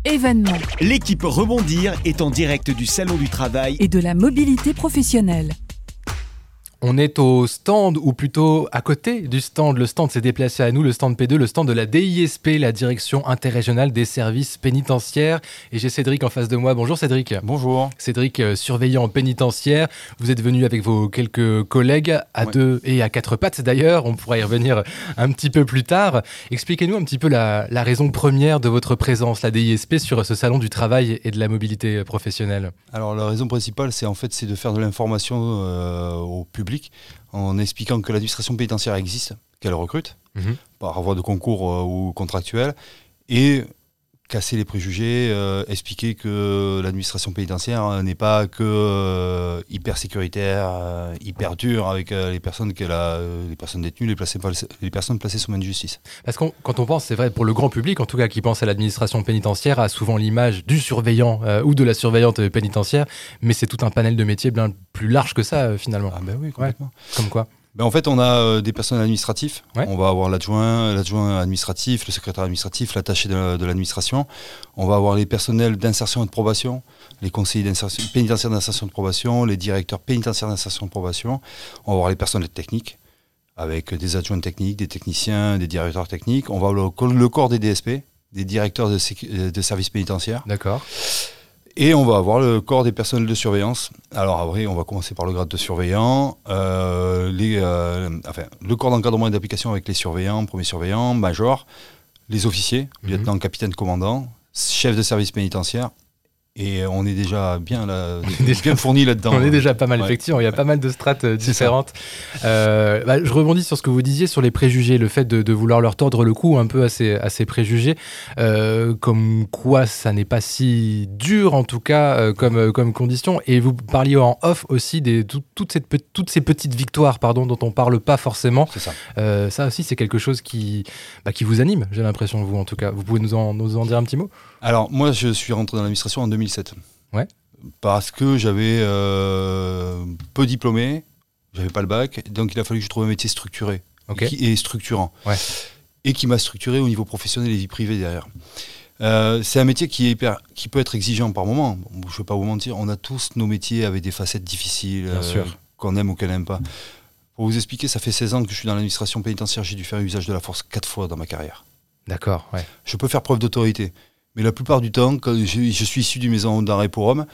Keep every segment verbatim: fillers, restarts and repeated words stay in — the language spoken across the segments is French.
événements. L'équipe Rebondir est en direct du Salon du Travail et de la mobilité professionnelle. On est au stand, ou plutôt à côté du stand. Le stand s'est déplacé à nous, le stand P deux, le stand de la D I S P, la Direction interrégionale des services pénitentiaires. Et j'ai Cédric en face de moi. Bonjour Cédric. Bonjour. Cédric, euh, surveillant pénitentiaire. Vous êtes venu avec vos quelques collègues, à ouais. deux et à quatre pattes d'ailleurs. On pourra y revenir un petit peu plus tard. Expliquez-nous un petit peu la, la raison première de votre présence, la D I S P, sur ce salon du travail et de la mobilité professionnelle. Alors la raison principale, c'est en fait c'est de faire de l'information euh, au public, en expliquant que l'administration pénitentiaire existe, qu'elle recrute, mmh. par voie de concours euh, ou contractuel, et casser les préjugés, euh, expliquer que l'administration pénitentiaire n'est pas que euh, hyper sécuritaire, euh, hyper dure avec euh, les personnes qu'elle a, euh, les personnes détenues, les, placées, les personnes placées sous main de justice. Parce que quand on pense, c'est vrai, pour le grand public, en tout cas qui pense à l'administration pénitentiaire, a souvent l'image du surveillant euh, ou de la surveillante pénitentiaire, mais c'est tout un panel de métiers bien plus large que ça euh, finalement. Ah ben oui, complètement. Ouais. Comme quoi? Ben en fait, on a euh, des personnels administratifs. Ouais. On va avoir l'adjoint, l'adjoint administratif, le secrétaire administratif, l'attaché de, de l'administration. On va avoir les personnels d'insertion et de probation, les conseillers d'insertion, pénitentiaires d'insertion et de probation, les directeurs pénitentiaires d'insertion et de probation. On va avoir les personnels techniques, avec des adjoints techniques, des techniciens, des directeurs techniques. On va avoir le, le corps des D S P, des directeurs de, sécu- de services pénitentiaires. D'accord. Et on va avoir le corps des personnels de surveillance. Alors après, on va commencer par le grade de surveillant, euh, les, euh, enfin, le corps d'encadrement et d'application avec les surveillants, premiers surveillants, majors, les officiers, mmh. lieutenant, capitaine, commandant, chef de service pénitentiaire. Et on est déjà bien, là, déjà, bien fourni là-dedans. On est déjà pas mal, ouais. Effectivement. Il y a pas mal de strates euh, différentes. Euh, bah, je rebondis sur ce que vous disiez sur les préjugés, le fait de, de vouloir leur tordre le cou un peu à ces, à ces préjugés. Euh, comme quoi, ça n'est pas si dur, en tout cas, euh, comme, euh, comme condition. Et vous parliez en off aussi de tout, toute cette, toutes ces petites victoires pardon, dont on ne parle pas forcément. C'est ça. Euh, ça aussi, c'est quelque chose qui, bah, qui vous anime, j'ai l'impression, vous, en tout cas. Vous pouvez nous en, nous en dire un petit mot ? Alors, moi, je suis rentré dans l'administration en deux mille sept. Ouais. Parce que j'avais euh, peu diplômé, j'avais pas le bac, donc il a fallu que je trouve un métier structuré okay. et, qui, et structurant. Ouais. Et qui m'a structuré au niveau professionnel et vie privée derrière. Euh, c'est un métier qui, est hyper, qui peut être exigeant par moment. Bon, je ne vais pas vous mentir, on a tous nos métiers avec des facettes difficiles, Bien euh, sûr. qu'on aime ou qu'on n'aime pas. Pour vous expliquer, ça fait seize ans que je suis dans l'administration pénitentiaire, j'ai dû faire usage de la force quatre fois dans ma carrière. D'accord, ouais. Je peux faire preuve d'autorité. Mais la plupart du temps, quand je, je suis issu d'une maison d'arrêt pour hommes,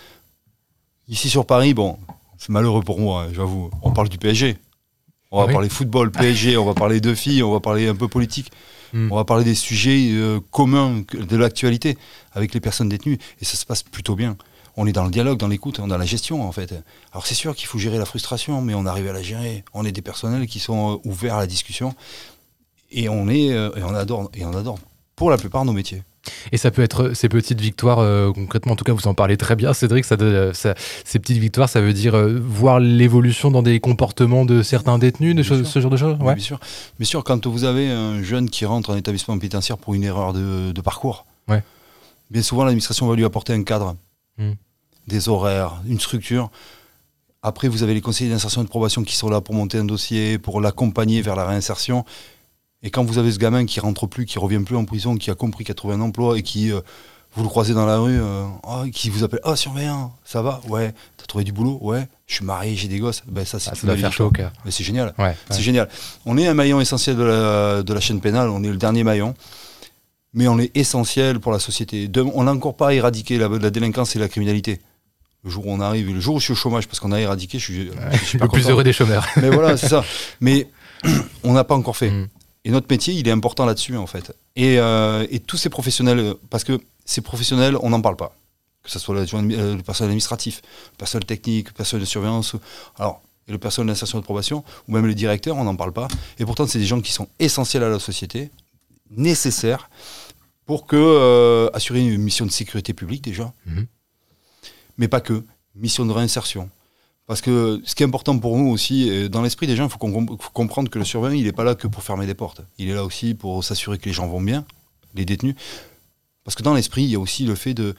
ici sur Paris, bon, c'est malheureux pour moi, hein, j'avoue, on parle du P S G. On va oui. parler football, P S G, on va parler de filles, on va parler un peu politique. Mm. On va parler des sujets euh, communs de l'actualité avec les personnes détenues. Et ça se passe plutôt bien. On est dans le dialogue, dans l'écoute, dans la gestion en fait. Alors c'est sûr qu'il faut gérer la frustration, mais on arrive à la gérer. On est des personnels qui sont euh, ouverts à la discussion. Et on, est, euh, et, on adore, et on adore pour la plupart nos métiers. Et ça peut être ces petites victoires, euh, concrètement, en tout cas vous en parlez très bien Cédric, ça, ça, ces petites victoires ça veut dire euh, voir l'évolution dans des comportements de certains détenus, de choses, ce genre de choses ouais. Bien sûr, bien sûr, quand vous avez un jeune qui rentre en établissement pénitentiaire pour une erreur de, de parcours, ouais. bien souvent l'administration va lui apporter un cadre, mmh. des horaires, une structure. Après vous avez les conseillers d'insertion et de probation qui sont là pour monter un dossier, pour l'accompagner vers la réinsertion. Et quand vous avez ce gamin qui rentre plus, qui revient plus en prison, qui a compris qu'il a trouvé un emploi et qui, euh, vous le croisez dans la rue, euh, oh, qui vous appelle « Ah, surveillant, ça va ? Ouais. T'as trouvé du boulot ? Ouais. Je suis marié, j'ai des gosses. » Ben ça, c'est ah, ça va faire chaud au cœur. Mais c'est génial. Ouais, c'est ouais. génial. On est un maillon essentiel de la, de la chaîne pénale, on est le dernier maillon, mais on est essentiel pour la société. De, on n'a encore pas éradiqué la, la délinquance et la criminalité. Le jour où on arrive, le jour où je suis au chômage, parce qu'on a éradiqué, je suis, ouais, je suis pas le plus heureux des chômeurs. Mais voilà, c'est ça. Mais on n'a pas encore fait. Mm. Et notre métier, il est important là-dessus, en fait. Et, euh, et tous ces professionnels, parce que ces professionnels, on n'en parle pas. Que ce soit euh, le personnel administratif, le personnel technique, le personnel de surveillance, alors, et le personnel d'insertion et de probation, ou même les directeurs, on n'en parle pas. Et pourtant, c'est des gens qui sont essentiels à la société, nécessaires, pour que, euh, assurer une mission de sécurité publique, déjà. Mm-hmm. Mais pas que. Mission de réinsertion. Parce que ce qui est important pour nous aussi, dans l'esprit des gens, il faut, qu'on, faut comprendre que le surveillant, il n'est pas là que pour fermer des portes. Il est là aussi pour s'assurer que les gens vont bien, les détenus. Parce que dans l'esprit, il y a aussi le fait de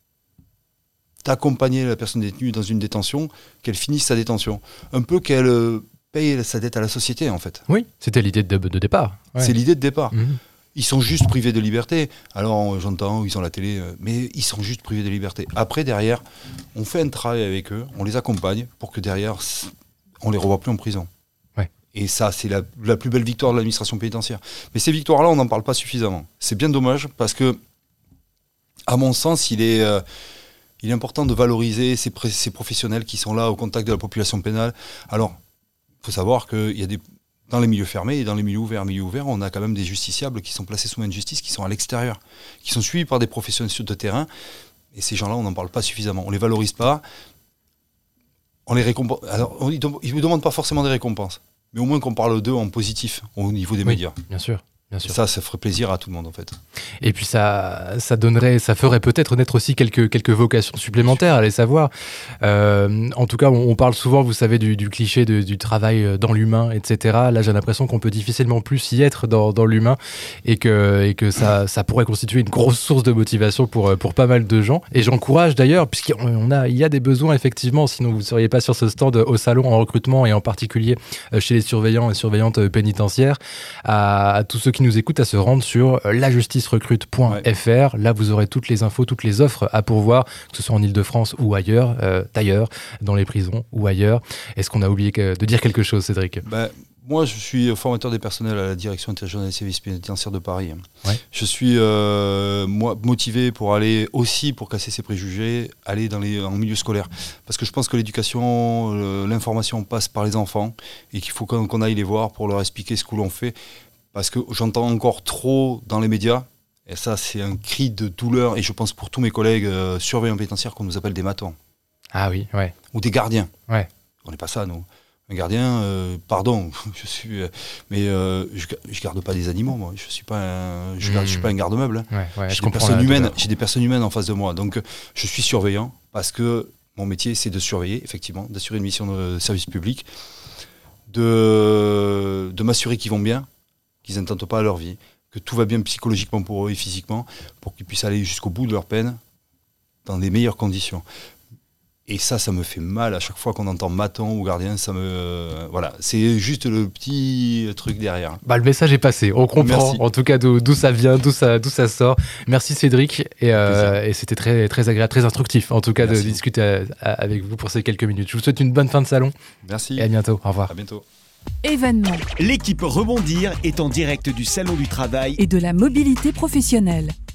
d'accompagner la personne détenue dans une détention, qu'elle finisse sa détention. Un peu qu'elle paye sa dette à la société, en fait. Oui, c'était l'idée de, de départ. Ouais. C'est l'idée de départ. Mmh. Ils sont juste privés de liberté. Alors j'entends, ils ont la télé, euh, mais ils sont juste privés de liberté. Après, derrière, on fait un travail avec eux, on les accompagne pour que derrière, on les revoie plus en prison. Ouais. Et ça, c'est la, la plus belle victoire de l'administration pénitentiaire. Mais ces victoires-là, on n'en parle pas suffisamment. C'est bien dommage parce que, à mon sens, il est, euh, il est important de valoriser ces, pré- ces professionnels qui sont là au contact de la population pénale. Alors, il faut savoir qu'il y a des... Dans les milieux fermés et dans les milieux ouverts, milieux ouverts, on a quand même des justiciables qui sont placés sous main de justice, qui sont à l'extérieur, qui sont suivis par des professionnels de terrain. Et ces gens-là, on n'en parle pas suffisamment. On ne les valorise pas. On les récompense. Alors, on, ils ne nous demandent pas forcément des récompenses, mais au moins qu'on parle d'eux en positif au niveau des oui, médias. Bien sûr. Bien sûr. Et ça, ça ferait plaisir à tout le monde en fait. Et puis ça, ça donnerait, ça ferait peut-être naître aussi quelques quelques vocations supplémentaires, allez savoir. Euh, en tout cas, on, on parle souvent, vous savez, du, du cliché de, du travail dans l'humain, et cetera. Là, j'ai l'impression qu'on peut difficilement plus y être dans, dans l'humain et que et que ça ça pourrait constituer une grosse source de motivation pour pour pas mal de gens. Et j'encourage d'ailleurs, puisqu'on a il y a des besoins effectivement, sinon vous ne seriez pas sur ce stand au salon en recrutement et en particulier chez les surveillants et surveillantes pénitentiaires, à, à tous ceux qui nous écoutent à se rendre sur la justice recrute point f r. Ouais. Là, vous aurez toutes les infos, toutes les offres à pourvoir, que ce soit en Ile-de-France ou ailleurs, euh, d'ailleurs, dans les prisons ou ailleurs. Est-ce qu'on a oublié que, de dire quelque chose, Cédric ? Ben, moi, je suis formateur des personnels à la direction interrégionale des services pénitentiaires de Paris. Ouais. Je suis euh, moi, motivé pour aller aussi, pour casser ces préjugés, aller dans les, en milieu scolaire. Parce que je pense que l'éducation, euh, l'information passe par les enfants et qu'il faut qu'on, qu'on aille les voir pour leur expliquer ce que l'on fait. Parce que j'entends encore trop dans les médias, et ça c'est un cri de douleur, et je pense pour tous mes collègues euh, surveillants pénitentiaires qu'on nous appelle des matons. Ah oui, ouais. Ou des gardiens. Ouais. On n'est pas ça, nous. Un gardien, euh, pardon, je suis, euh, mais euh, je, je garde pas des animaux, moi. Je suis pas un, je, garde, mmh. je suis pas un garde-meuble. Hein. Ouais, ouais, j'ai des personnes humaines, j'ai des personnes humaines en face de moi, donc je suis surveillant parce que mon métier c'est de surveiller, effectivement, d'assurer une mission de service public, de, de m'assurer qu'ils vont bien, qu'ils n'intentent pas à leur vie, que tout va bien psychologiquement pour eux et physiquement, pour qu'ils puissent aller jusqu'au bout de leur peine dans les meilleures conditions. Et ça, ça me fait mal à chaque fois qu'on entend maton ou gardien, ça me... Euh, voilà, c'est juste le petit truc derrière. Bah, le message est passé, on comprend Merci. En tout cas d'où, d'où ça vient, d'où ça, d'où ça sort. Merci Cédric, et, euh, et c'était très, très agréable, très instructif en tout cas Merci. De discuter à, à, avec vous pour ces quelques minutes. Je vous souhaite une bonne fin de salon. Merci. Et à bientôt, au revoir. À bientôt. Événement. L'équipe Rebondir est en direct du Salon du Travail et de la mobilité professionnelle.